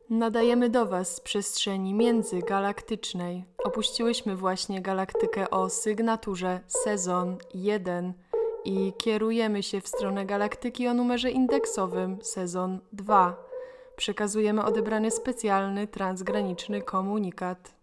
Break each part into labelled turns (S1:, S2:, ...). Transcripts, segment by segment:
S1: Nadajemy do Was z przestrzeni międzygalaktycznej. Opuściłyśmy właśnie galaktykę o sygnaturze sezon 1 i kierujemy się w stronę galaktyki o numerze indeksowym sezon 2. Przekazujemy odebrany specjalny transgraniczny komunikat.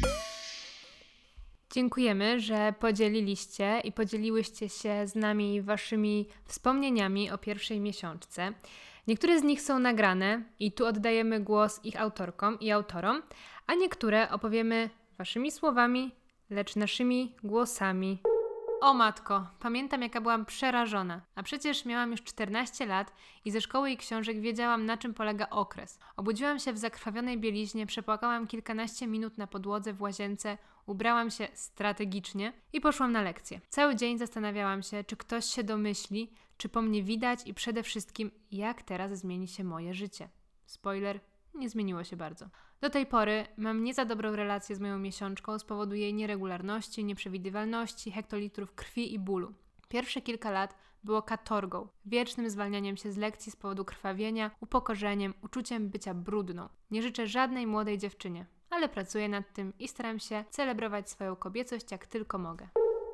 S2: Dziękujemy, że podzieliliście i podzieliłyście się z nami waszymi wspomnieniami o pierwszej miesiączce. Niektóre z nich są nagrane i tu oddajemy głos ich autorkom i autorom, a niektóre opowiemy waszymi słowami, lecz naszymi głosami. O matko, pamiętam jaka byłam przerażona, a przecież miałam już 14 lat i ze szkoły i książek wiedziałam na czym polega okres. Obudziłam się w zakrwawionej bieliźnie, przepłakałam kilkanaście minut na podłodze w łazience, ubrałam się strategicznie i poszłam na lekcję. Cały dzień zastanawiałam się, czy ktoś się domyśli, czy po mnie widać i przede wszystkim jak teraz zmieni się moje życie. Spoiler, nie zmieniło się bardzo. Do tej pory mam nie za dobrą relację z moją miesiączką z powodu jej nieregularności, nieprzewidywalności, hektolitrów krwi i bólu. Pierwsze kilka lat było katorgą, wiecznym zwalnianiem się z lekcji z powodu krwawienia, upokorzeniem, uczuciem bycia brudną. Nie życzę żadnej młodej dziewczynie, ale pracuję nad tym i staram się celebrować swoją kobiecość jak tylko mogę.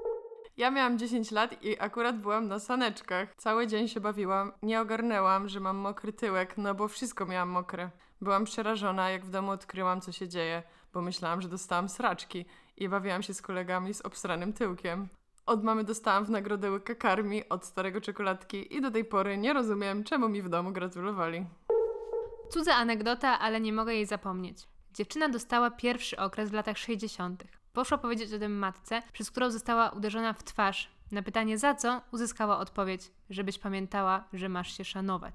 S1: Ja miałam 10 lat i akurat byłam na saneczkach. Cały dzień się bawiłam, nie ogarnęłam, że mam mokry tyłek, no bo wszystko miałam mokre. Byłam przerażona, jak w domu odkryłam, co się dzieje, bo myślałam, że dostałam sraczki i bawiłam się z kolegami z obsranym tyłkiem. Od mamy dostałam w nagrodę łyka karmi, od starego czekoladki i do tej pory nie rozumiem, czemu mi w domu gratulowali.
S2: Cudza anegdota, ale nie mogę jej zapomnieć. Dziewczyna dostała pierwszy okres w latach 60. Poszła powiedzieć o tym matce, przez którą została uderzona w twarz. Na pytanie za co uzyskała odpowiedź, żebyś pamiętała, że masz się szanować.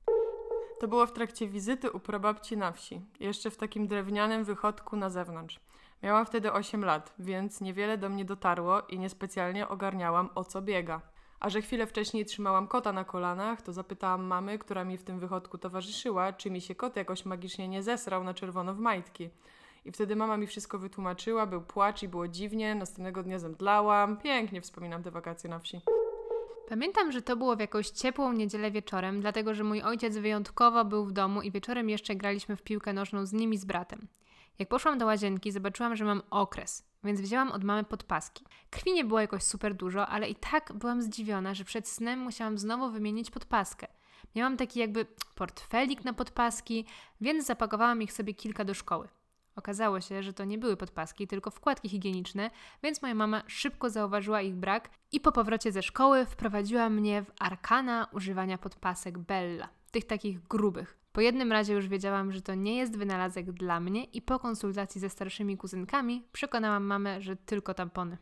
S1: To było w trakcie wizyty u prababci na wsi, jeszcze w takim drewnianym wychodku na zewnątrz. Miałam wtedy 8 lat, więc niewiele do mnie dotarło i niespecjalnie ogarniałam, o co biega. A że chwilę wcześniej trzymałam kota na kolanach, to zapytałam mamy, która mi w tym wychodku towarzyszyła, czy mi się kot jakoś magicznie nie zesrał na czerwono w majtki. I wtedy mama mi wszystko wytłumaczyła, był płacz i było dziwnie, następnego dnia zemdlałam. Pięknie wspominam te wakacje na wsi.
S2: Pamiętam, że to było w jakąś ciepłą niedzielę wieczorem, dlatego że mój ojciec wyjątkowo był w domu i wieczorem jeszcze graliśmy w piłkę nożną z nim i z bratem. Jak poszłam do łazienki, zobaczyłam, że mam okres, więc wzięłam od mamy podpaski. Krwi nie było jakoś super dużo, ale i tak byłam zdziwiona, że przed snem musiałam znowu wymienić podpaskę. Miałam taki jakby portfelik na podpaski, więc zapakowałam ich sobie kilka do szkoły. Okazało się, że to nie były podpaski, tylko wkładki higieniczne, więc moja mama szybko zauważyła ich brak i po powrocie ze szkoły wprowadziła mnie w arkana używania podpasek Bella, tych takich grubych. Po jednym razie już wiedziałam, że to nie jest wynalazek dla mnie i po konsultacji ze starszymi kuzynkami przekonałam mamę, że tylko tampony.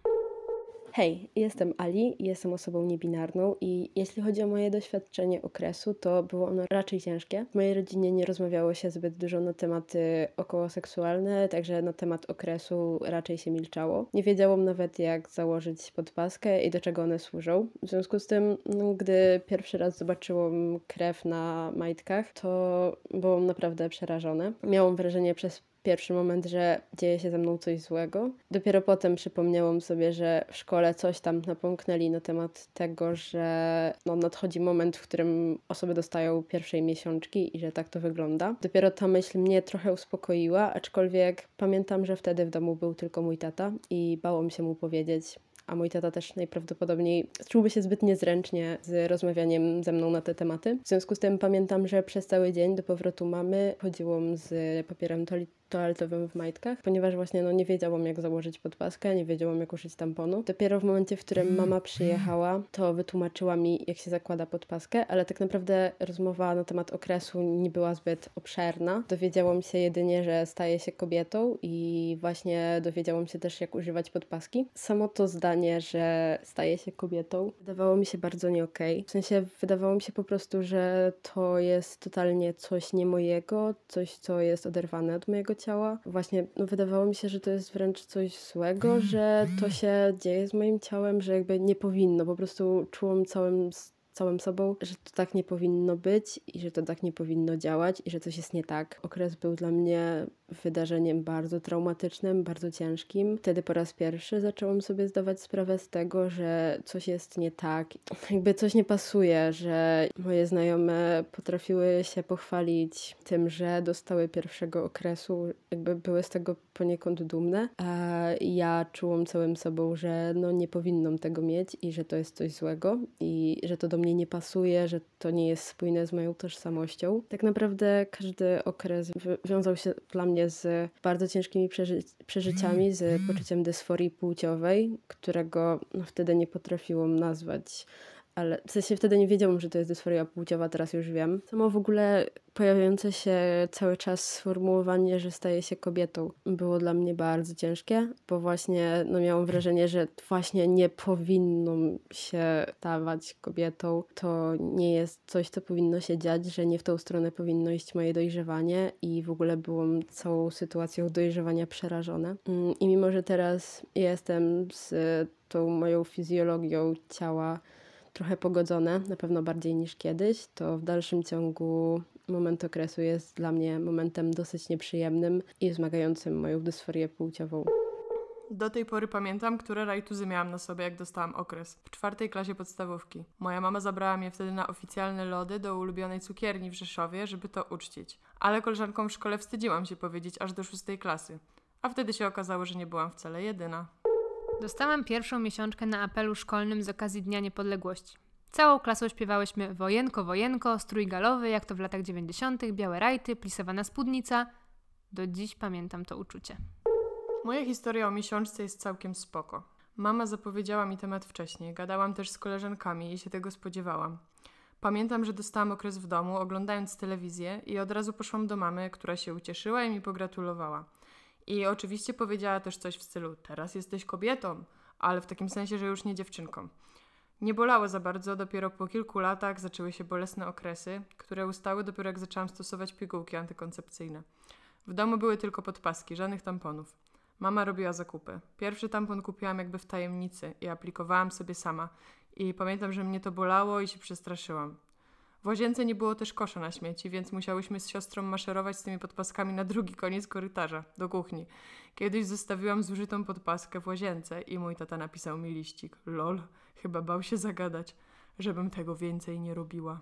S3: Hej, jestem Ali, jestem osobą niebinarną i jeśli chodzi o moje doświadczenie okresu, to było ono raczej ciężkie. W mojej rodzinie nie rozmawiało się zbyt dużo na tematy okołoseksualne, także na temat okresu raczej się milczało. Nie wiedziałam nawet jak założyć podpaskę i do czego one służą. W związku z tym, gdy pierwszy raz zobaczyłam krew na majtkach, to byłam naprawdę przerażona. Miałam wrażenie przez pierwszy moment, że dzieje się ze mną coś złego. Dopiero potem przypomniałam sobie, że w szkole coś tam napomknęli na temat tego, że nadchodzi moment, w którym osoby dostają pierwszej miesiączki i że tak to wygląda. Dopiero ta myśl mnie trochę uspokoiła, aczkolwiek pamiętam, że wtedy w domu był tylko mój tata i bałam się mu powiedzieć, a mój tata też najprawdopodobniej czułby się zbyt niezręcznie z rozmawianiem ze mną na te tematy. W związku z tym pamiętam, że przez cały dzień do powrotu mamy chodziłam z papierem toaletowym w majtkach, ponieważ właśnie nie wiedziałam jak założyć podpaskę, nie wiedziałam jak użyć tamponu. Dopiero w momencie, w którym mama przyjechała, to wytłumaczyła mi jak się zakłada podpaskę, ale tak naprawdę rozmowa na temat okresu nie była zbyt obszerna. Dowiedziałam się jedynie, że staję się kobietą i właśnie dowiedziałam się też jak używać podpaski. Samo to zdanie, że staję się kobietą wydawało mi się bardzo nie okej. W sensie wydawało mi się po prostu, że to jest totalnie coś nie mojego, coś co jest oderwane od mojego ciała. Właśnie wydawało mi się, że to jest wręcz coś złego, że to się dzieje z moim ciałem, że jakby nie powinno. Po prostu czułam całym sobą, że to tak nie powinno być i że to tak nie powinno działać i że coś jest nie tak. Okres był dla mnie wydarzeniem bardzo traumatycznym, bardzo ciężkim. Wtedy po raz pierwszy zaczęłam sobie zdawać sprawę z tego, że coś jest nie tak, jakby coś nie pasuje, że moje znajome potrafiły się pochwalić tym, że dostały pierwszego okresu, jakby były z tego poniekąd dumne, a ja czułam całym sobą, że no nie powinnam tego mieć i że to jest coś złego i że to do mnie nie pasuje, że to nie jest spójne z moją tożsamością. Tak naprawdę każdy okres wiązał się dla mnie z bardzo ciężkimi przeżyciami, z poczuciem dysforii płciowej, którego wtedy nie potrafiłam nazwać. Ale w sensie wtedy nie wiedziałam, że to jest dysforia płciowa, teraz już wiem. Samo w ogóle pojawiające się cały czas sformułowanie, że staję się kobietą, było dla mnie bardzo ciężkie, bo właśnie miałam wrażenie, że właśnie nie powinno się stawać kobietą. To nie jest coś, co powinno się dziać, że nie w tą stronę powinno iść moje dojrzewanie i w ogóle byłam całą sytuacją dojrzewania przerażona. I mimo, że teraz jestem z tą moją fizjologią ciała trochę pogodzone, na pewno bardziej niż kiedyś, to w dalszym ciągu moment okresu jest dla mnie momentem dosyć nieprzyjemnym i wzmagającym moją dysforię płciową.
S1: Do tej pory pamiętam, które rajtuzy miałam na sobie, jak dostałam okres. W 4. klasie podstawówki. Moja mama zabrała mnie wtedy na oficjalne lody do ulubionej cukierni w Rzeszowie, żeby to uczcić. Ale koleżankom w szkole wstydziłam się powiedzieć aż do 6. klasy. A wtedy się okazało, że nie byłam wcale jedyna.
S2: Dostałam pierwszą miesiączkę na apelu szkolnym z okazji Dnia Niepodległości. Całą klasą śpiewałyśmy Wojenko, wojenko, strój galowy, jak to w latach 90., białe rajty, plisowana spódnica. Do dziś pamiętam to uczucie.
S1: Moja historia o miesiączce jest całkiem spoko. Mama zapowiedziała mi temat wcześniej, gadałam też z koleżankami i się tego spodziewałam. Pamiętam, że dostałam okres w domu, oglądając telewizję i od razu poszłam do mamy, która się ucieszyła i mi pogratulowała. I oczywiście powiedziała też coś w stylu: teraz jesteś kobietą, ale w takim sensie, że już nie dziewczynką. Nie bolało za bardzo, dopiero po kilku latach zaczęły się bolesne okresy, które ustały dopiero jak zaczęłam stosować pigułki antykoncepcyjne. W domu były tylko podpaski, żadnych tamponów. Mama robiła zakupy. Pierwszy tampon kupiłam jakby w tajemnicy i aplikowałam sobie sama. I pamiętam, że mnie to bolało i się przestraszyłam. W łazience nie było też kosza na śmieci, więc musiałyśmy z siostrą maszerować z tymi podpaskami na drugi koniec korytarza, do kuchni. Kiedyś zostawiłam zużytą podpaskę w łazience i mój tata napisał mi liścik. Lol, chyba bał się zagadać, żebym tego więcej nie robiła.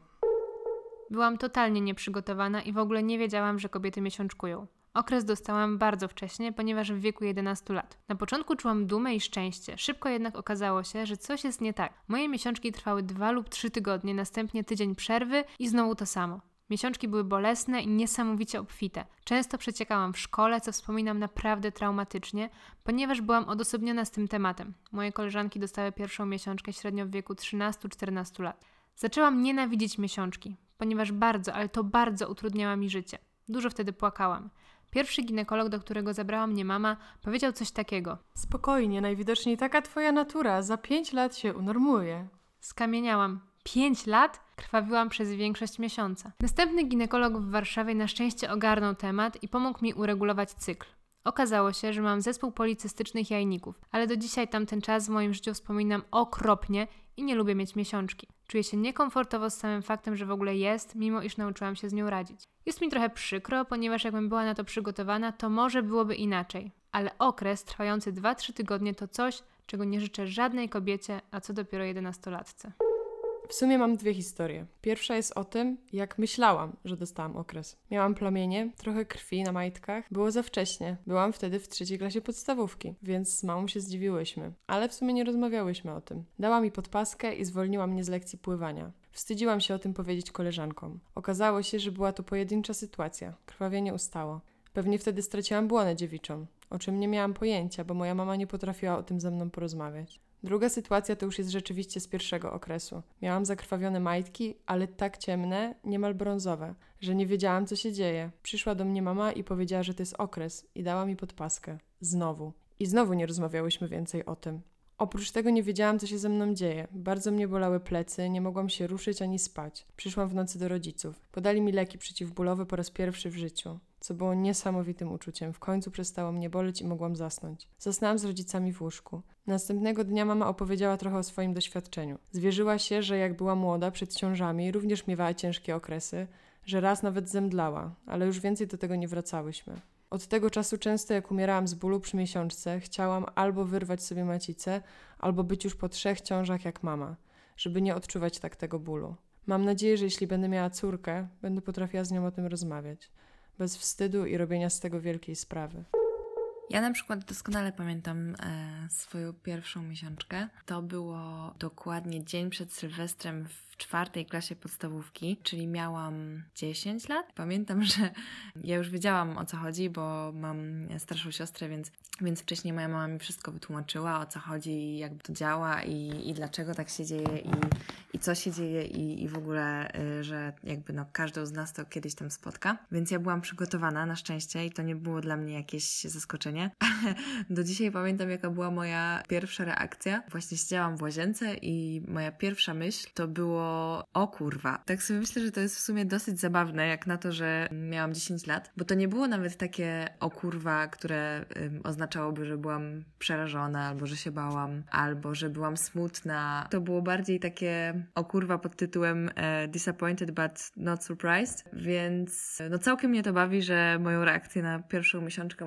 S2: Byłam totalnie nieprzygotowana i w ogóle nie wiedziałam, że kobiety miesiączkują. Okres dostałam bardzo wcześnie, ponieważ w wieku 11 lat. Na początku czułam dumę i szczęście, szybko jednak okazało się, że coś jest nie tak. Moje miesiączki trwały 2 lub 3 tygodnie, następnie tydzień przerwy i znowu to samo. Miesiączki były bolesne i niesamowicie obfite. Często przeciekałam w szkole, co wspominam naprawdę traumatycznie, ponieważ byłam odosobniona z tym tematem. Moje koleżanki dostały pierwszą miesiączkę średnio w wieku 13-14 lat. Zaczęłam nienawidzić miesiączki, ponieważ bardzo, ale to bardzo utrudniała mi życie. Dużo wtedy płakałam. Pierwszy ginekolog, do którego zabrała mnie mama, powiedział coś takiego.
S1: Spokojnie, najwidoczniej taka twoja natura, za 5 lat się unormuje.
S2: Skamieniałam. 5 lat? Krwawiłam przez większość miesiąca. Następny ginekolog w Warszawie na szczęście ogarnął temat i pomógł mi uregulować cykl. Okazało się, że mam zespół policystycznych jajników, ale do dzisiaj tamten czas w moim życiu wspominam okropnie i nie lubię mieć miesiączki. Czuję się niekomfortowo z samym faktem, że w ogóle jest, mimo iż nauczyłam się z nią radzić. Jest mi trochę przykro, ponieważ jakbym była na to przygotowana, to może byłoby inaczej. Ale okres trwający 2-3 tygodnie to coś, czego nie życzę żadnej kobiecie, a co dopiero 11-latce.
S1: W sumie mam 2 historie. Pierwsza jest o tym, jak myślałam, że dostałam okres. Miałam plamienie, trochę krwi na majtkach. Było za wcześnie. Byłam wtedy w 3. klasie podstawówki, więc z mamą się zdziwiłyśmy. Ale w sumie nie rozmawiałyśmy o tym. Dała mi podpaskę i zwolniła mnie z lekcji pływania. Wstydziłam się o tym powiedzieć koleżankom. Okazało się, że była to pojedyncza sytuacja. Krwawienie ustało. Pewnie wtedy straciłam błonę dziewiczą, o czym nie miałam pojęcia, bo moja mama nie potrafiła o tym ze mną porozmawiać. Druga sytuacja to już jest rzeczywiście z pierwszego okresu. Miałam zakrwawione majtki, ale tak ciemne, niemal brązowe, że nie wiedziałam, co się dzieje. Przyszła do mnie mama i powiedziała, że to jest okres i dała mi podpaskę. Znowu. I znowu nie rozmawiałyśmy więcej o tym. Oprócz tego nie wiedziałam, co się ze mną dzieje. Bardzo mnie bolały plecy, nie mogłam się ruszyć ani spać. Przyszłam w nocy do rodziców. Podali mi leki przeciwbólowe po raz pierwszy w życiu. co było niesamowitym uczuciem. W końcu przestało mnie boleć i mogłam zasnąć. Zasnęłam z rodzicami w łóżku. Następnego dnia mama opowiedziała trochę o swoim doświadczeniu. Zwierzyła się, że jak była młoda, przed ciążami, również miewała ciężkie okresy, że raz nawet zemdlała, ale już więcej do tego nie wracałyśmy. Od tego czasu często jak umierałam z bólu przy miesiączce, chciałam albo wyrwać sobie macicę, albo być już po 3 ciążach jak mama, żeby nie odczuwać tak tego bólu. Mam nadzieję, że jeśli będę miała córkę, będę potrafiła z nią o tym rozmawiać. Bez wstydu i robienia z tego wielkiej sprawy.
S4: Ja na przykład doskonale pamiętam swoją pierwszą miesiączkę. To było dokładnie dzień przed Sylwestrem w 4. klasie podstawówki, czyli miałam 10 lat. Pamiętam, że ja już wiedziałam, o co chodzi, bo mam starszą siostrę, więc wcześniej moja mama mi wszystko wytłumaczyła, o co chodzi, jak to działa i dlaczego tak się dzieje i co się dzieje i w ogóle, że jakby każdą z nas to kiedyś tam spotka. Więc ja byłam przygotowana na szczęście i to nie było dla mnie jakieś zaskoczenie. Ale do dzisiaj pamiętam, jaka była moja pierwsza reakcja. Właśnie siedziałam w łazience i moja pierwsza myśl to było o kurwa. Tak sobie myślę, że to jest w sumie dosyć zabawne, jak na to, że miałam 10 lat, bo to nie było nawet takie o kurwa, które oznaczałoby, że byłam przerażona, albo że się bałam, albo że byłam smutna. To było bardziej takie o kurwa pod tytułem disappointed but not surprised, więc całkiem mnie to bawi, że moją reakcję na pierwszą miesiączkę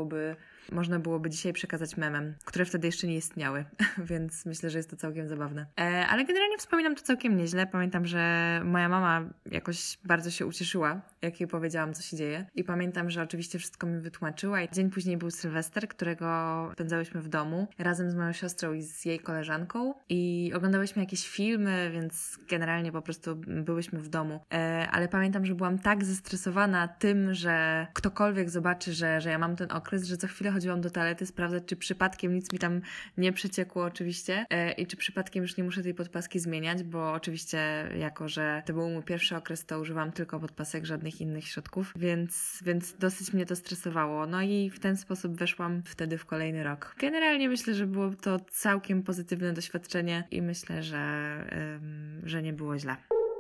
S4: można byłoby dzisiaj przekazać memem, które wtedy jeszcze nie istniały, więc myślę, że jest to całkiem zabawne. Ale generalnie wspominam to całkiem nieźle. Pamiętam, że moja mama jakoś bardzo się ucieszyła, jak jej powiedziałam, co się dzieje. I pamiętam, że oczywiście wszystko mi wytłumaczyła. I dzień później był Sylwester, którego spędzałyśmy w domu razem z moją siostrą i z jej koleżanką. I oglądałyśmy jakieś filmy, więc generalnie po prostu byłyśmy w domu. Ale pamiętam, że byłam tak zestresowana tym, że ktokolwiek zobaczy, że ja mam ten okres, że co chwilę chodziłam do toalety sprawdzać, czy przypadkiem nic mi tam nie przeciekło oczywiście i czy przypadkiem już nie muszę tej podpaski zmieniać, bo oczywiście jako, że to był mój pierwszy okres, to używam tylko podpasek, żadnych innych środków, więc dosyć mnie to stresowało. No i w ten sposób weszłam wtedy w kolejny rok. Generalnie myślę, że było to całkiem pozytywne doświadczenie i myślę, że nie było źle.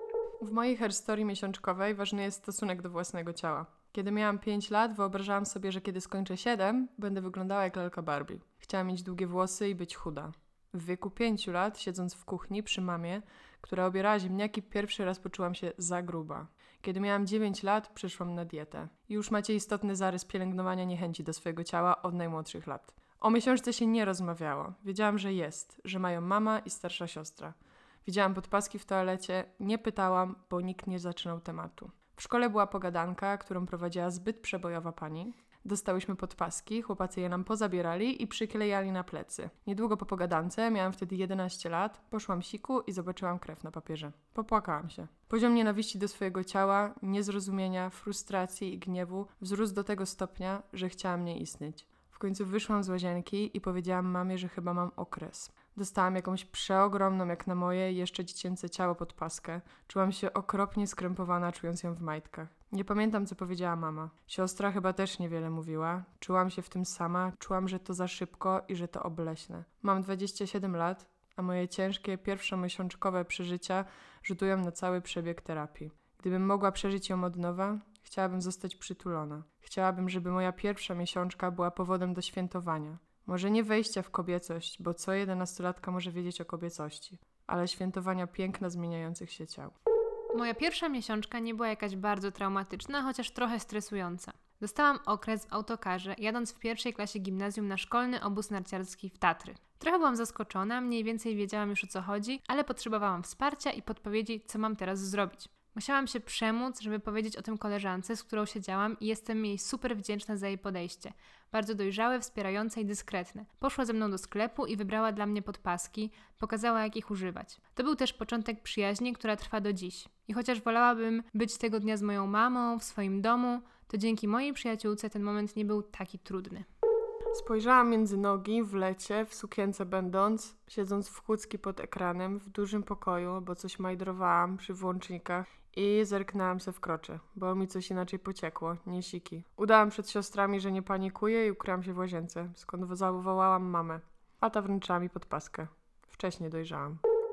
S1: W mojej herstorii miesiączkowej ważny jest stosunek do własnego ciała. Kiedy miałam 5 lat, wyobrażałam sobie, że kiedy skończę 7, będę wyglądała jak lalka Barbie. Chciałam mieć długie włosy i być chuda. W wieku 5 lat, siedząc w kuchni przy mamie, która obierała ziemniaki, pierwszy raz poczułam się za gruba. Kiedy miałam 9 lat, przeszłam na dietę. I już macie istotny zarys pielęgnowania niechęci do swojego ciała od najmłodszych lat. O miesiączce się nie rozmawiało. Wiedziałam, że jest, że mają mama i starsza siostra. Widziałam podpaski w toalecie, nie pytałam, bo nikt nie zaczynał tematu. W szkole była pogadanka, którą prowadziła zbyt przebojowa pani. Dostałyśmy podpaski, chłopacy je nam pozabierali i przyklejali na plecy. Niedługo po pogadance, miałam wtedy 11 lat, poszłam siku i zobaczyłam krew na papierze. Popłakałam się. Poziom nienawiści do swojego ciała, niezrozumienia, frustracji i gniewu wzrósł do tego stopnia, że chciałam nie istnieć. W końcu wyszłam z łazienki i powiedziałam mamie, że chyba mam okres. Dostałam jakąś przeogromną, jak na moje, jeszcze dziecięce ciało podpaskę. Czułam się okropnie skrępowana, czując ją w majtkach. Nie pamiętam, co powiedziała mama. Siostra chyba też niewiele mówiła. Czułam się w tym sama, czułam, że to za szybko i że to obleśne. Mam 27 lat, a moje ciężkie, pierwszomiesiączkowe przeżycia rzutują na cały przebieg terapii. Gdybym mogła przeżyć ją od nowa, chciałabym zostać przytulona. Chciałabym, żeby moja pierwsza miesiączka była powodem do świętowania. Może nie wejścia w kobiecość, bo co 11-latka może wiedzieć o kobiecości, ale świętowania piękna zmieniających się ciał.
S2: Moja pierwsza miesiączka nie była jakaś bardzo traumatyczna, chociaż trochę stresująca. Dostałam okres w autokarze, jadąc w 1. klasie gimnazjum na szkolny obóz narciarski w Tatry. Trochę byłam zaskoczona, mniej więcej wiedziałam już o co chodzi, ale potrzebowałam wsparcia i podpowiedzi, co mam teraz zrobić. Musiałam się przemóc, żeby powiedzieć o tym koleżance, z którą siedziałam i jestem jej super wdzięczna za jej podejście. Bardzo dojrzałe, wspierające i dyskretne. Poszła ze mną do sklepu i wybrała dla mnie podpaski, pokazała jak ich używać. To był też początek przyjaźni, która trwa do dziś. I chociaż wolałabym być tego dnia z moją mamą, w swoim domu, to dzięki mojej przyjaciółce ten moment nie był taki trudny.
S1: Spojrzałam między nogi w lecie, w sukience będąc, siedząc w chucki pod ekranem, w dużym pokoju, bo coś majdrowałam przy włącznikach i zerknęłam se w krocze, bo mi coś inaczej pociekło, nie siki. Udałam przed siostrami, że nie panikuję i ukryłam się w łazience, skąd zawołałam mamę. A ta wręczyła mi podpaskę. Wcześniej dojrzałam.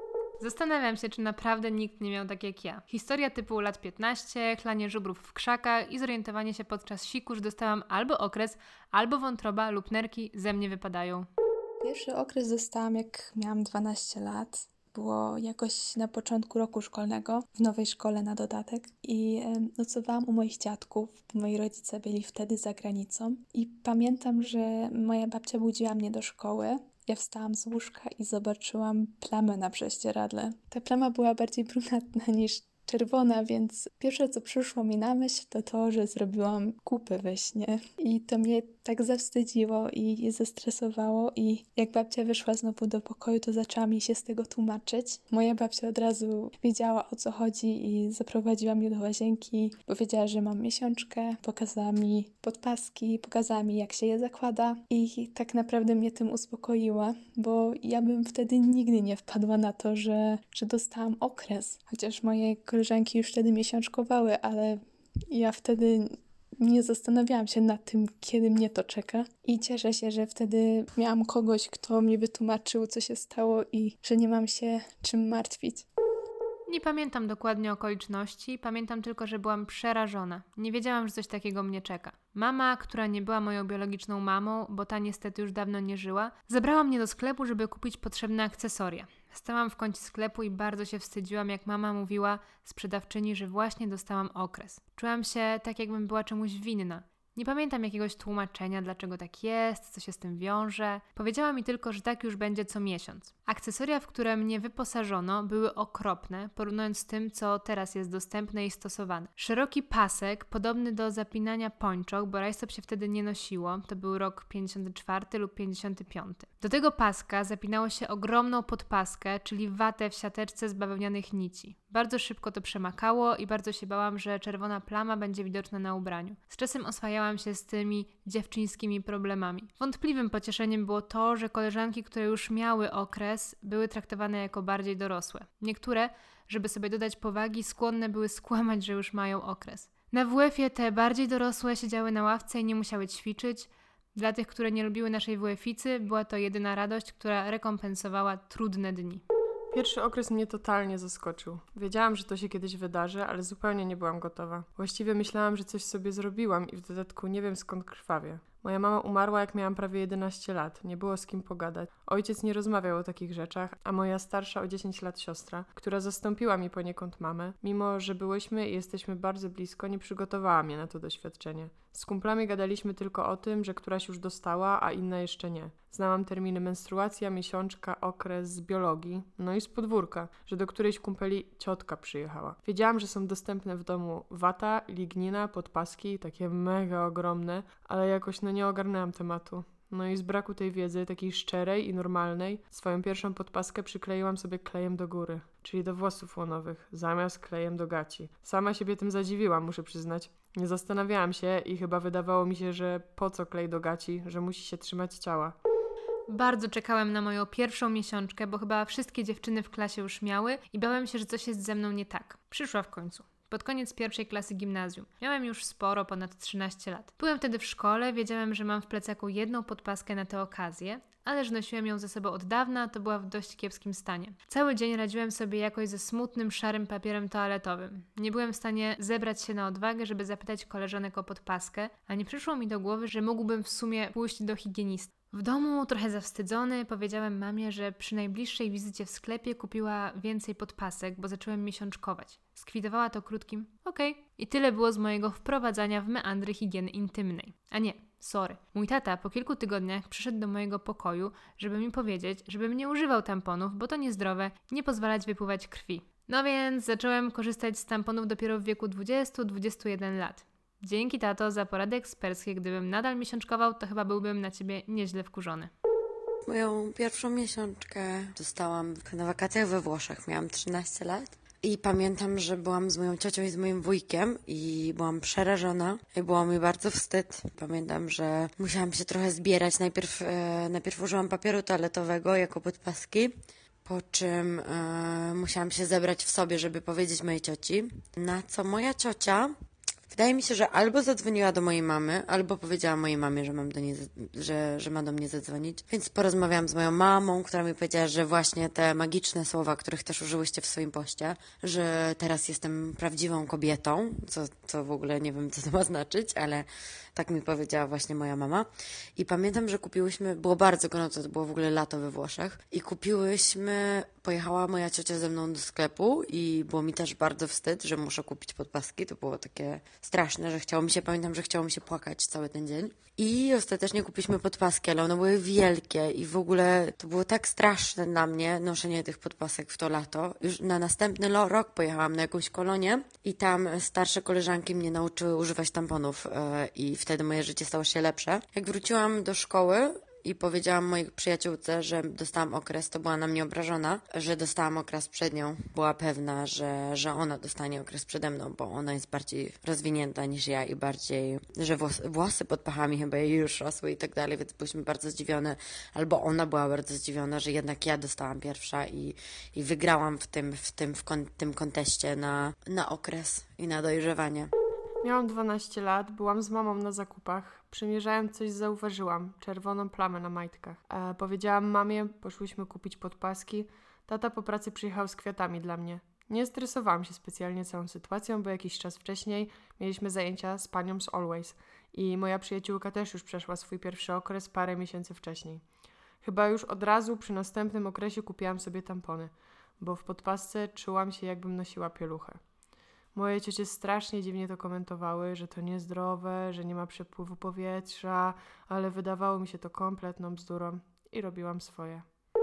S2: Zastanawiam się, czy naprawdę nikt nie miał tak jak ja. Historia typu lat 15, chlanie żubrów w krzakach i zorientowanie się podczas siku, że dostałam albo okres, albo wątroba lub nerki ze mnie wypadają.
S5: Pierwszy okres dostałam, jak miałam 12 lat. Było jakoś na początku roku szkolnego, w nowej szkole na dodatek i nocowałam u moich dziadków, bo moi rodzice byli wtedy za granicą i pamiętam, że moja babcia budziła mnie do szkoły. Ja wstałam z łóżka i zobaczyłam plamę na prześcieradle. Ta plama była bardziej brunatna niż czerwona, więc pierwsze, co przyszło mi na myśl, to to, że zrobiłam kupę we śnie. I to mnie tak zawstydziło i zestresowało i jak babcia wyszła znowu do pokoju, to zaczęła mi się z tego tłumaczyć. Moja babcia od razu wiedziała, o co chodzi i zaprowadziła mnie do łazienki. Powiedziała, że mam miesiączkę, pokazała mi podpaski, pokazała mi, jak się je zakłada i tak naprawdę mnie tym uspokoiła, bo ja bym wtedy nigdy nie wpadła na to, że dostałam okres. Chociaż moje koleżanki już wtedy miesiączkowały, ale ja wtedy nie zastanawiałam się nad tym, kiedy mnie to czeka. I cieszę się, że wtedy miałam kogoś, kto mi wytłumaczył, co się stało i że nie mam się czym martwić.
S2: Nie pamiętam dokładnie okoliczności, pamiętam tylko, że byłam przerażona. Nie wiedziałam, że coś takiego mnie czeka. Mama, która nie była moją biologiczną mamą, bo ta niestety już dawno nie żyła, zabrała mnie do sklepu, żeby kupić potrzebne akcesoria. Stałam w kącie sklepu i bardzo się wstydziłam, jak mama mówiła sprzedawczyni, że właśnie dostałam okres. Czułam się tak, jakbym była czemuś winna. Nie pamiętam jakiegoś tłumaczenia, dlaczego tak jest, co się z tym wiąże. Powiedziała mi tylko, że tak już będzie co miesiąc. Akcesoria, w które mnie wyposażono, były okropne, porównując z tym, co teraz jest dostępne i stosowane. Szeroki pasek, podobny do zapinania pończok, bo rajstop się wtedy nie nosiło, to był rok 54 lub 55. Do tego paska zapinało się ogromną podpaskę, czyli watę w siateczce z bawełnianych nici. Bardzo szybko to przemakało i bardzo się bałam, że czerwona plama będzie widoczna na ubraniu. Z czasem oswajałam się z tymi dziewczyńskimi problemami. Wątpliwym pocieszeniem było to, że koleżanki, które już miały okres, były traktowane jako bardziej dorosłe. Niektóre, żeby sobie dodać powagi, skłonne były skłamać, że już mają okres. Na WF-ie te bardziej dorosłe siedziały na ławce i nie musiały ćwiczyć. Dla tych, które nie lubiły naszej WF-icy, była to jedyna radość, która rekompensowała trudne dni.
S1: Pierwszy okres mnie totalnie zaskoczył. Wiedziałam, że to się kiedyś wydarzy, ale zupełnie nie byłam gotowa. Właściwie myślałam, że coś sobie zrobiłam i w dodatku nie wiem, skąd krwawię. Moja mama umarła, jak miałam prawie 11 lat. Nie było z kim pogadać. Ojciec nie rozmawiał o takich rzeczach, a moja starsza o 10 lat siostra, która zastąpiła mi poniekąd mamę, mimo że byłyśmy i jesteśmy bardzo blisko, nie przygotowała mnie na to doświadczenie. Z kumplami gadaliśmy tylko o tym, że któraś już dostała, a inna jeszcze nie. Znałam terminy menstruacja, miesiączka, okres z biologii, no i z podwórka, że do którejś kumpeli ciotka przyjechała. Wiedziałam, że są dostępne w domu wata, lignina, podpaski, takie mega ogromne, ale jakoś nie ogarnęłam tematu. No i z braku tej wiedzy, takiej szczerej i normalnej, swoją pierwszą podpaskę przykleiłam sobie klejem do góry, czyli do włosów łonowych, zamiast klejem do gaci. Sama siebie tym zadziwiłam, muszę przyznać. Nie zastanawiałam się i chyba wydawało mi się, że po co klej do gaci, że musi się trzymać ciała.
S2: Bardzo czekałem na moją pierwszą miesiączkę, bo chyba wszystkie dziewczyny w klasie już miały i bałem się, że coś jest ze mną nie tak. Przyszła w końcu. Pod koniec pierwszej klasy gimnazjum. Miałem już sporo, ponad 13 lat. Byłem wtedy w szkole, wiedziałem, że mam w plecaku jedną podpaskę na tę okazję, ale że nosiłem ją ze sobą od dawna, to była w dość kiepskim stanie. Cały dzień radziłem sobie jakoś ze smutnym, szarym papierem toaletowym. Nie byłem w stanie zebrać się na odwagę, żeby zapytać koleżanek o podpaskę, a nie przyszło mi do głowy, że mógłbym w sumie pójść do higienisty. W domu, trochę zawstydzony, powiedziałem mamie, że przy najbliższej wizycie w sklepie kupiła więcej podpasek, bo zacząłem miesiączkować. Skwitowała to krótkim okej. I tyle było z mojego wprowadzania w meandry higieny intymnej. A nie, sorry. Mój tata po kilku tygodniach przyszedł do mojego pokoju, żeby mi powiedzieć, żebym nie używał tamponów, bo to niezdrowe, nie pozwalać wypływać krwi. No więc zacząłem korzystać z tamponów dopiero w wieku 20-21 lat. Dzięki, tato, za porady eksperckie. Gdybym nadal miesiączkował, to chyba byłbym na ciebie nieźle wkurzony.
S6: Moją pierwszą miesiączkę dostałam na wakacjach we Włoszech. Miałam 13 lat i pamiętam, że byłam z moją ciocią i z moim wujkiem i byłam przerażona i było mi bardzo wstyd. Pamiętam, że musiałam się trochę zbierać. Najpierw użyłam papieru toaletowego jako podpaski, po czym musiałam się zebrać w sobie, żeby powiedzieć mojej cioci, na co moja ciocia Wydaje mi się, że albo zadzwoniła do mojej mamy, albo powiedziała mojej mamie, że że ma do mnie zadzwonić. Więc porozmawiałam z moją mamą, która mi powiedziała, że właśnie te magiczne słowa, których też użyłyście w swoim poście, że teraz jestem prawdziwą kobietą, co w ogóle nie wiem, co to ma znaczyć, ale tak mi powiedziała właśnie moja mama. I pamiętam, że było bardzo gorąco, to było w ogóle lato we Włoszech i pojechała moja ciocia ze mną do sklepu i było mi też bardzo wstyd, że muszę kupić podpaski. To było takie straszne, że pamiętam, że chciało mi się płakać cały ten dzień. I ostatecznie kupiliśmy podpaski, ale one były wielkie i w ogóle to było tak straszne dla mnie noszenie tych podpasek w to lato. Już na następny rok pojechałam na jakąś kolonię i tam starsze koleżanki mnie nauczyły używać tamponów i wtedy moje życie stało się lepsze. Jak wróciłam do szkoły i powiedziałam mojej przyjaciółce, że dostałam okres, to była na mnie obrażona, że dostałam okres przed nią. Była pewna, że ona dostanie okres przede mną, bo ona jest bardziej rozwinięta niż ja i bardziej, że włosy pod pachami chyba jej już rosły i tak dalej, więc byliśmy bardzo zdziwione, albo ona była bardzo zdziwiona, że jednak ja dostałam pierwsza i wygrałam w tym konteście na okres i na dojrzewanie.
S1: Miałam 12 lat, byłam z mamą na zakupach. Przymierzając coś zauważyłam, czerwoną plamę na majtkach. Powiedziałam mamie, poszłyśmy kupić podpaski. Tata po pracy przyjechał z kwiatami dla mnie. Nie stresowałam się specjalnie całą sytuacją, bo jakiś czas wcześniej mieliśmy zajęcia z panią z Always. I moja przyjaciółka też już przeszła swój pierwszy okres parę miesięcy wcześniej. Chyba już od razu przy następnym okresie kupiłam sobie tampony, bo w podpasce czułam się, jakbym nosiła pieluchę. Moje ciocie strasznie dziwnie to komentowały, że to niezdrowe, że nie ma przepływu powietrza, ale wydawało mi się to kompletną bzdurą i robiłam swoje.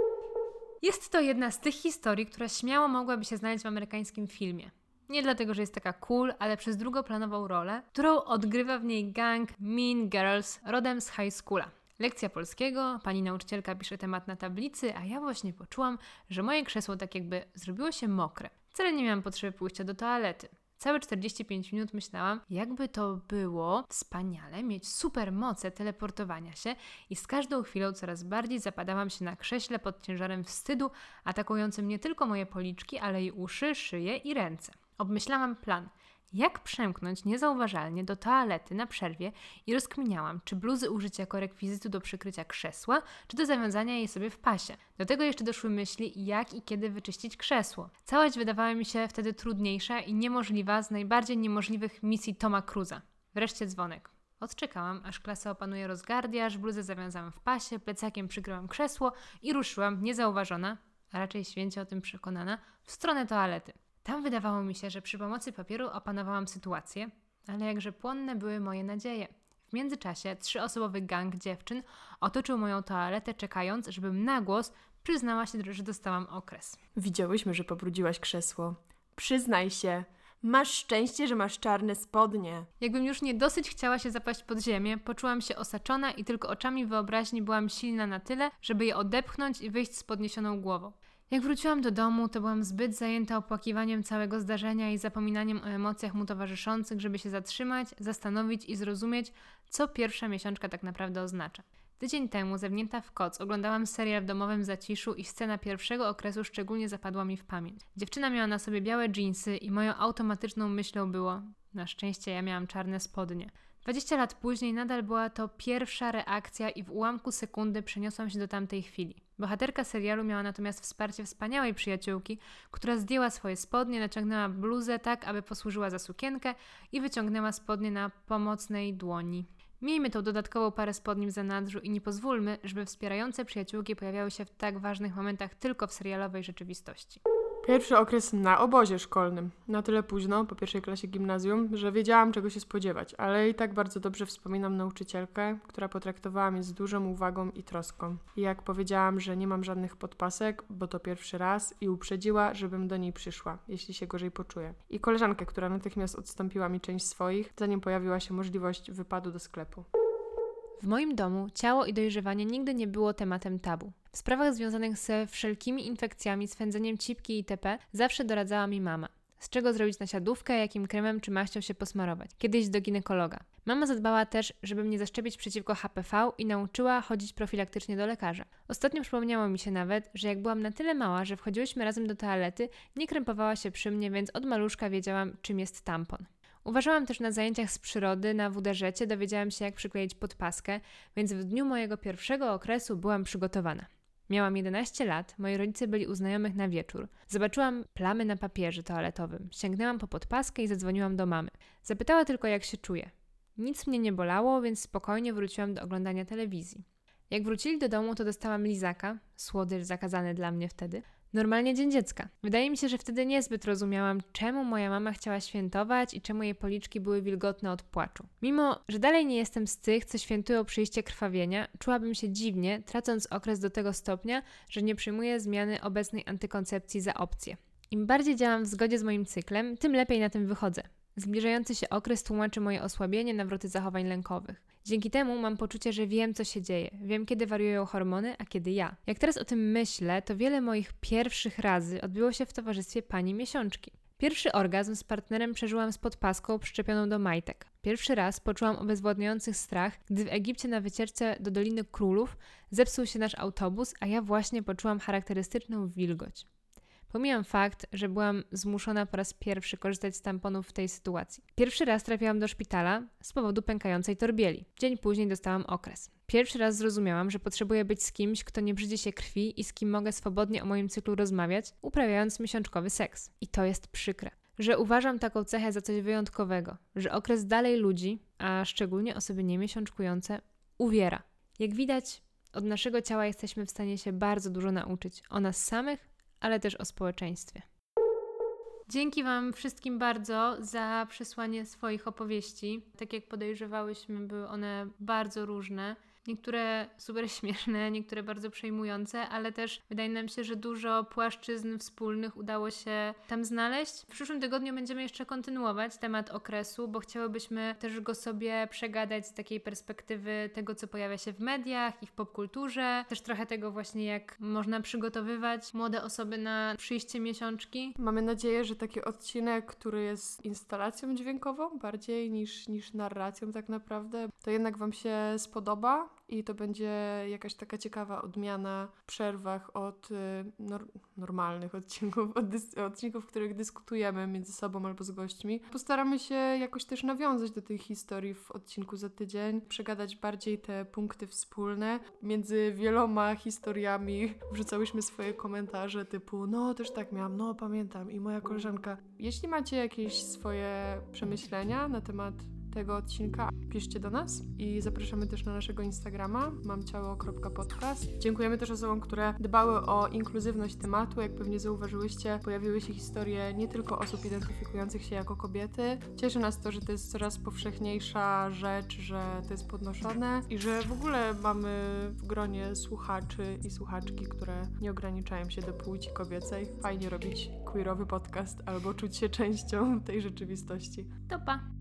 S2: Jest to jedna z tych historii, która śmiało mogłaby się znaleźć w amerykańskim filmie. Nie dlatego, że jest taka cool, ale przez drugoplanową rolę, którą odgrywa w niej gang Mean Girls rodem z high schoola. Lekcja polskiego, pani nauczycielka pisze temat na tablicy, a ja właśnie poczułam, że moje krzesło tak jakby zrobiło się mokre. Wcale nie miałam potrzeby pójścia do toalety. Całe 45 minut myślałam, jakby to było wspaniale mieć super moce teleportowania się i z każdą chwilą coraz bardziej zapadałam się na krześle pod ciężarem wstydu, atakującym nie tylko moje policzki, ale i uszy, szyję i ręce. Obmyślałam plan. Jak przemknąć niezauważalnie do toalety na przerwie i rozkminiałam, czy bluzy użyć jako rekwizytu do przykrycia krzesła, czy do zawiązania jej sobie w pasie. Do tego jeszcze doszły myśli, jak i kiedy wyczyścić krzesło. Całość wydawała mi się wtedy trudniejsza i niemożliwa z najbardziej niemożliwych misji Toma Cruza. Wreszcie dzwonek. Odczekałam, aż klasa opanuje rozgardiaż, bluzę zawiązałam w pasie, plecakiem przykryłam krzesło i ruszyłam, niezauważona, a raczej święcie o tym przekonana, w stronę toalety. Tam wydawało mi się, że przy pomocy papieru opanowałam sytuację, ale jakże płonne były moje nadzieje. W międzyczasie 3-osobowy gang dziewczyn otoczył moją toaletę, czekając, żebym na głos przyznała się, że dostałam okres.
S1: Widziałyśmy, że pobrudziłaś krzesło. Przyznaj się, masz szczęście, że masz czarne spodnie.
S2: Jakbym już nie dosyć chciała się zapaść pod ziemię, poczułam się osaczona i tylko oczami wyobraźni byłam silna na tyle, żeby je odepchnąć i wyjść z podniesioną głową. Jak wróciłam do domu, to byłam zbyt zajęta opłakiwaniem całego zdarzenia i zapominaniem o emocjach mu towarzyszących, żeby się zatrzymać, zastanowić i zrozumieć, co pierwsza miesiączka tak naprawdę oznacza. Tydzień temu, zawinięta w koc, oglądałam serial w domowym zaciszu i scena pierwszego okresu szczególnie zapadła mi w pamięć. Dziewczyna miała na sobie białe dżinsy i moją automatyczną myślą było: na szczęście ja miałam czarne spodnie. 20 lat później nadal była to pierwsza reakcja i w ułamku sekundy przeniosłam się do tamtej chwili. Bohaterka serialu miała natomiast wsparcie wspaniałej przyjaciółki, która zdjęła swoje spodnie, naciągnęła bluzę tak, aby posłużyła za sukienkę i wyciągnęła spodnie na pomocnej dłoni. Miejmy tą dodatkową parę spodni w zanadrzu i nie pozwólmy, żeby wspierające przyjaciółki pojawiały się w tak ważnych momentach tylko w serialowej rzeczywistości.
S1: Pierwszy okres na obozie szkolnym. Na tyle późno, po pierwszej klasie gimnazjum, że wiedziałam, czego się spodziewać, ale i tak bardzo dobrze wspominam nauczycielkę, która potraktowała mnie z dużą uwagą i troską. I jak powiedziałam, że nie mam żadnych podpasek, bo to pierwszy raz, i uprzedziła, żebym do niej przyszła, jeśli się gorzej poczuję. I koleżankę, która natychmiast odstąpiła mi część swoich, zanim pojawiła się możliwość wypadu do sklepu.
S2: W moim domu ciało i dojrzewanie nigdy nie było tematem tabu. W sprawach związanych ze wszelkimi infekcjami, swędzeniem cipki itp. zawsze doradzała mi mama. Z czego zrobić nasiadówkę, jakim kremem czy maścią się posmarować. Kiedyś do ginekologa. Mama zadbała też, żeby mnie zaszczepić przeciwko HPV i nauczyła chodzić profilaktycznie do lekarza. Ostatnio przypomniało mi się nawet, że jak byłam na tyle mała, że wchodziłyśmy razem do toalety, nie krępowała się przy mnie, więc od maluszka wiedziałam, czym jest tampon. Uważałam też na zajęciach z przyrody na WDŻ-cie, dowiedziałam się jak przykleić podpaskę, więc w dniu mojego pierwszego okresu byłam przygotowana. Miałam 11 lat, moi rodzice byli u znajomych na wieczór. Zobaczyłam plamy na papierze toaletowym. Sięgnęłam po podpaskę i zadzwoniłam do mamy. Zapytała tylko jak się czuję. Nic mnie nie bolało, więc spokojnie wróciłam do oglądania telewizji. Jak wrócili do domu, to dostałam lizaka, słodycz zakazany dla mnie wtedy. Normalnie Dzień Dziecka. Wydaje mi się, że wtedy niezbyt rozumiałam, czemu moja mama chciała świętować i czemu jej policzki były wilgotne od płaczu. Mimo, że dalej nie jestem z tych, co świętują przyjście krwawienia, czułabym się dziwnie, tracąc okres do tego stopnia, że nie przyjmuję zmiany obecnej antykoncepcji za opcję. Im bardziej działam w zgodzie z moim cyklem, tym lepiej na tym wychodzę. Zbliżający się okres tłumaczy moje osłabienie, nawroty zachowań lękowych. Dzięki temu mam poczucie, że wiem, co się dzieje. Wiem, kiedy wariują hormony, a kiedy ja. Jak teraz o tym myślę, to wiele moich pierwszych razy odbyło się w towarzystwie pani miesiączki. Pierwszy orgazm z partnerem przeżyłam z podpaską przyczepioną do majtek. Pierwszy raz poczułam obezwładniający strach, gdy w Egipcie na wycieczce do Doliny Królów zepsuł się nasz autobus, a ja właśnie poczułam charakterystyczną wilgoć. Pomijam fakt, że byłam zmuszona po raz pierwszy korzystać z tamponów w tej sytuacji. Pierwszy raz trafiłam do szpitala z powodu pękającej torbieli. Dzień później dostałam okres. Pierwszy raz zrozumiałam, że potrzebuję być z kimś, kto nie brzydzi się krwi i z kim mogę swobodnie o moim cyklu rozmawiać, uprawiając miesiączkowy seks. I to jest przykre. Że uważam taką cechę za coś wyjątkowego. Że okres dalej ludzi, a szczególnie osoby niemiesiączkujące, uwiera. Jak widać, od naszego ciała jesteśmy w stanie się bardzo dużo nauczyć. O nas samych, ale też o społeczeństwie. Dzięki Wam wszystkim bardzo za przesłanie swoich opowieści. Tak jak podejrzewałyśmy, były one bardzo różne. Niektóre super śmieszne, niektóre bardzo przejmujące, ale też wydaje nam się, że dużo płaszczyzn wspólnych udało się tam znaleźć. W przyszłym tygodniu będziemy jeszcze kontynuować temat okresu, bo chciałybyśmy też go sobie przegadać z takiej perspektywy tego, co pojawia się w mediach i w popkulturze. Też trochę tego właśnie, jak można przygotowywać młode osoby na przyjście miesiączki.
S1: Mamy nadzieję, że taki odcinek, który jest instalacją dźwiękową bardziej niż narracją tak naprawdę, to jednak Wam się spodoba i to będzie jakaś taka ciekawa odmiana w przerwach od normalnych odcinków, odcinków, w których dyskutujemy między sobą albo z gośćmi. Postaramy się jakoś też nawiązać do tej historii w odcinku za tydzień, przegadać bardziej te punkty wspólne. Między wieloma historiami wrzucałyśmy swoje komentarze typu no też tak miałam, no pamiętam i moja koleżanka. Jeśli macie jakieś swoje przemyślenia na temat tego odcinka, piszcie do nas i zapraszamy też na naszego Instagrama mamciało.podcast. Dziękujemy też osobom, które dbały o inkluzywność tematu. Jak pewnie zauważyłyście, pojawiły się historie nie tylko osób identyfikujących się jako kobiety. Cieszy nas to, że to jest coraz powszechniejsza rzecz, że to jest podnoszone i że w ogóle mamy w gronie słuchaczy i słuchaczki, które nie ograniczają się do płci kobiecej. Fajnie robić queerowy podcast albo czuć się częścią tej rzeczywistości.
S2: To pa!